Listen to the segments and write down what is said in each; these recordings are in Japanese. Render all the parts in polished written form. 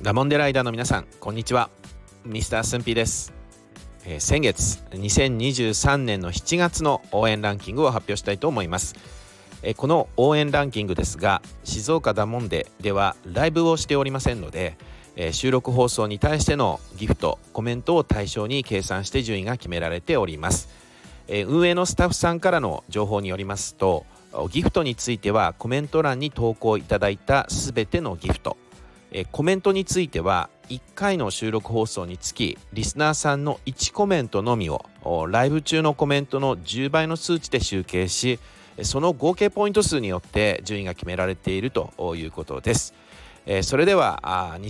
ダモンデライダーの皆さん、こんにちは。ミスタースンピーです。先月2023年の7月の応援ランキングを発表したいと思います。この応援ランキングですが、静岡ダモンデではライブをしておりませんので、収録放送に対してのギフト、コメントを対象に計算して順位が決められております。運営のスタッフさんからの情報によりますと、ギフトについてはコメント欄に投稿いただいたすべてのギフト、コメントについては1回の収録放送につきリスナーさんの1コメントのみをライブ中のコメントの10倍の数値で集計し、その合計ポイント数によって順位が決められているということです。それでは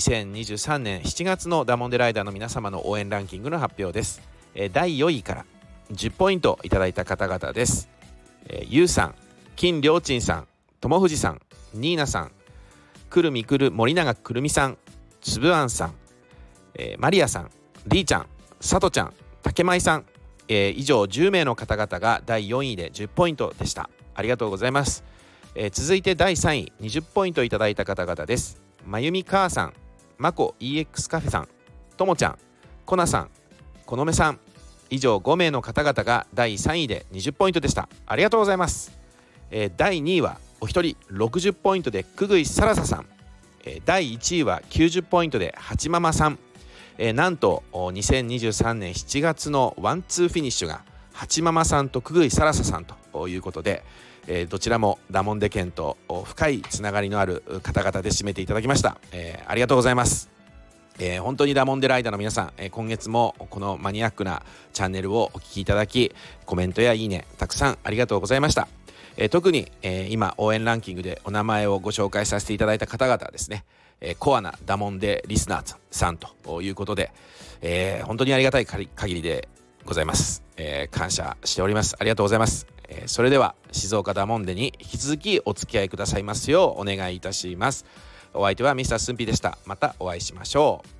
2023年7月のダモンデライダーの皆様の応援ランキングの発表です。第4位から10ポイントいただいた方々です。ゆうさん、金良鎮さん、友藤さん、ニーナさん、くるみくる森永くるみさん、つぶあんさん、マリアさん、りーちゃん、さとちゃん、たけまいさん、以上10名の方々が第4位で10ポイントでした。ありがとうございます。続いて第3位20ポイントいただいた方々です。まゆみかーさん、まこ EX カフェさん、ともちゃん、こなさん、このめさん、以上5名の方々が第3位で20ポイントでした。ありがとうございます。第2位はお一人60ポイントでくぐいさらささん、第1位は90ポイントではちままさん、なんと2023年7月のワンツーフィニッシュがはちままさんとくぐいさらささんということで、どちらもダモンデ県と深いつながりのある方々で締めていただきました。ありがとうございます。本当にダモンデライダーの皆さん、今月もこのマニアックなチャンネルをお聞きいただき、コメントやいいねたくさんありがとうございました。特に、今応援ランキングでお名前をご紹介させていただいた方々ですね、コアなダモンデリスナーさんということで、本当にありがたい限りでございます。感謝しております。ありがとうございます。それでは静岡ダモンデに引き続きお付き合いくださいますようお願いいたします。お相手はミスタースンピーでした。またお会いしましょう。